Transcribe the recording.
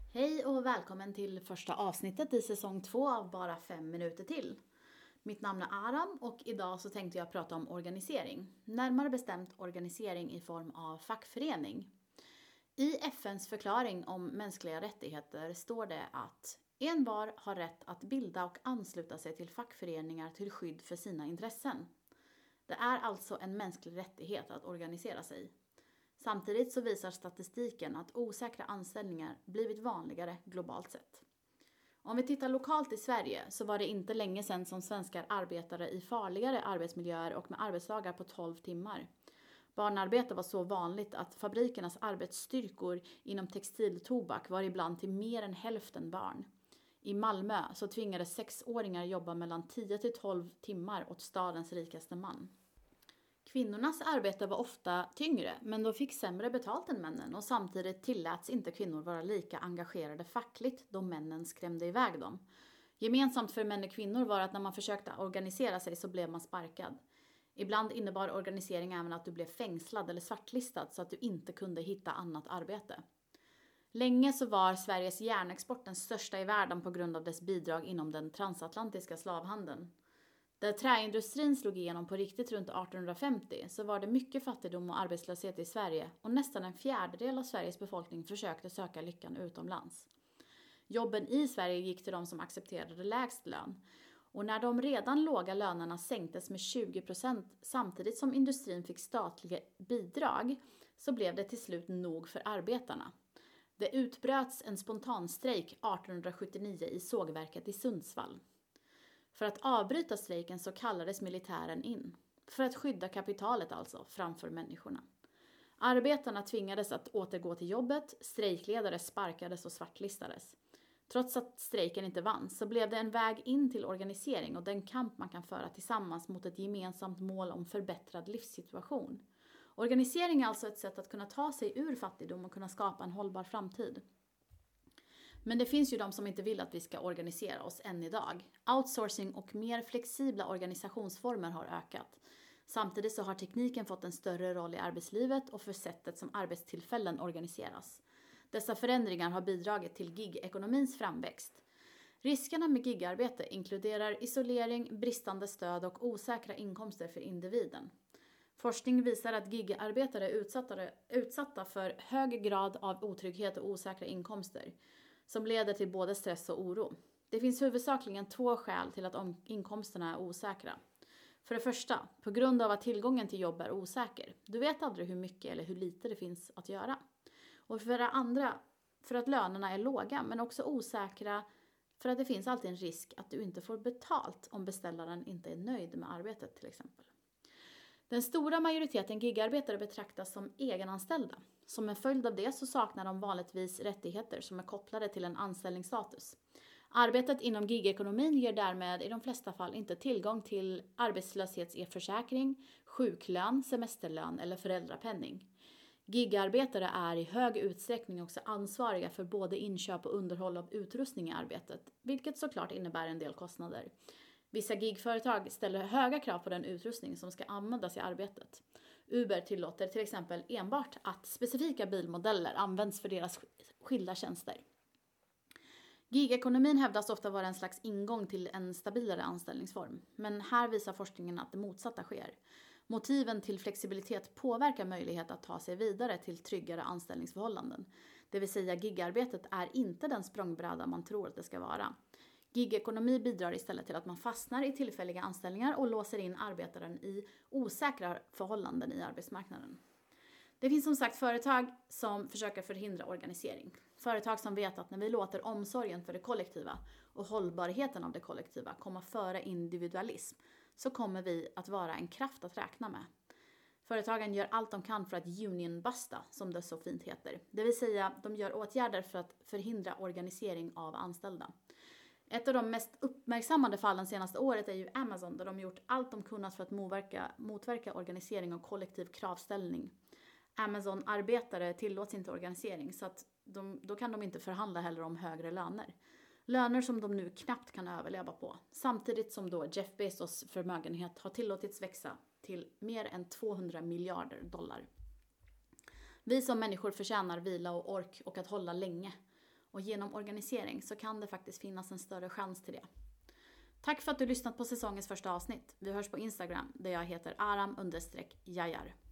Hej och välkommen till första avsnittet i säsong 2 av Bara 5 minuter till. Mitt namn är Aram och idag så tänkte jag prata om organisering. Närmare bestämt organisering i form av fackförening. I FNs förklaring om mänskliga rättigheter står det att envar har rätt att bilda och ansluta sig till fackföreningar till skydd för sina intressen. Det är alltså en mänsklig rättighet att organisera sig. Samtidigt så visar statistiken att osäkra anställningar blivit vanligare globalt sett. Om vi tittar lokalt i Sverige så var det inte länge sedan som svenskar arbetade i farligare arbetsmiljöer och med arbetsdagar på 12 timmar. Barnarbete var så vanligt att fabrikernas arbetsstyrkor inom textil och tobak var ibland till mer än hälften barn. I Malmö så tvingades 6-åringar jobba mellan 10 till 12 timmar åt stadens rikaste man. Kvinnornas arbete var ofta tyngre, men de fick sämre betalt än männen och samtidigt tilläts inte kvinnor vara lika engagerade fackligt då männen skrämde iväg dem. Gemensamt för män och kvinnor var att när man försökte organisera sig så blev man sparkad. Ibland innebar organisering även att du blev fängslad eller svartlistad så att du inte kunde hitta annat arbete. Länge så var Sveriges järnexport den största i världen på grund av dess bidrag inom den transatlantiska slavhandeln. Där träindustrin slog igenom på riktigt runt 1850 så var det mycket fattigdom och arbetslöshet i Sverige och nästan en fjärdedel av Sveriges befolkning försökte söka lyckan utomlands. Jobben i Sverige gick till de som accepterade lägst lön. Och när de redan låga lönerna sänktes med 20% samtidigt som industrin fick statliga bidrag så blev det till slut nog för arbetarna. Det utbröts en spontanstrejk 1879 i sågverket i Sundsvall. För att avbryta strejken så kallades militären in. För att skydda kapitalet alltså, framför människorna. Arbetarna tvingades att återgå till jobbet, strejkledare sparkades och svartlistades. Trots att strejken inte vann så blev det en väg in till organisering och den kamp man kan föra tillsammans mot ett gemensamt mål om förbättrad livssituation. Organisering är alltså ett sätt att kunna ta sig ur fattigdom och kunna skapa en hållbar framtid. Men det finns ju de som inte vill att vi ska organisera oss än idag. Outsourcing och mer flexibla organisationsformer har ökat. Samtidigt så har tekniken fått en större roll i arbetslivet och för sättet som arbetstillfällen organiseras. Dessa förändringar har bidragit till gig-ekonomins framväxt. Riskerna med gigarbete inkluderar isolering, bristande stöd och osäkra inkomster för individen. Forskning visar att gigarbetare är utsatta för hög grad av otrygghet och osäkra inkomster som leder till både stress och oro. Det finns huvudsakligen 2 skäl till att inkomsterna är osäkra. För det första, på grund av att tillgången till jobb är osäker. Du vet aldrig hur mycket eller hur lite det finns att göra. Och för det andra, för att lönerna är låga men också osäkra för att det finns alltid en risk att du inte får betalt om beställaren inte är nöjd med arbetet till exempel. Den stora majoriteten gigarbetare betraktas som egenanställda. Som en följd av det så saknar de vanligtvis rättigheter som är kopplade till en anställningsstatus. Arbetet inom gigekonomin ger därmed i de flesta fall inte tillgång till arbetslöshetsförsäkring, sjuklön, semesterlön eller föräldrapenning. Gigarbetare är i hög utsträckning också ansvariga för både inköp och underhåll av utrustning i arbetet, vilket såklart innebär en del kostnader. Vissa gigföretag ställer höga krav på den utrustning som ska användas i arbetet. Uber tillåter till exempel enbart att specifika bilmodeller används för deras skilda tjänster. Gigekonomin hävdas ofta vara en slags ingång till en stabilare anställningsform, men här visar forskningen att det motsatta sker. Motiven till flexibilitet påverkar möjlighet att ta sig vidare till tryggare anställningsförhållanden. Det vill säga gigarbetet är inte den språngbräda man tror att det ska vara. Gigekonomi bidrar istället till att man fastnar i tillfälliga anställningar och låser in arbetaren i osäkra förhållanden i arbetsmarknaden. Det finns som sagt företag som försöker förhindra organisering. Företag som vet att när vi låter omsorgen för det kollektiva och hållbarheten av det kollektiva komma före individualism så kommer vi att vara en kraft att räkna med. Företagen gör allt de kan för att unionbusta, som det så fint heter. Det vill säga de gör åtgärder för att förhindra organisering av anställda. Ett av de mest uppmärksammade fallen senaste året är ju Amazon där de gjort allt de kunnat för att motverka organisering och kollektiv kravställning. Amazon-arbetare tillåts inte organisering så att då kan de inte förhandla heller om högre löner. Löner som de nu knappt kan överleva på. Samtidigt som då Jeff Bezos förmögenhet har tillåtits växa till mer än $200 miljarder. Vi som människor förtjänar vila och ork och att hålla länge. Och genom organisering så kan det faktiskt finnas en större chans till det. Tack för att du lyssnat på säsongens första avsnitt. Vi hörs på Instagram där jag heter aram_jajar.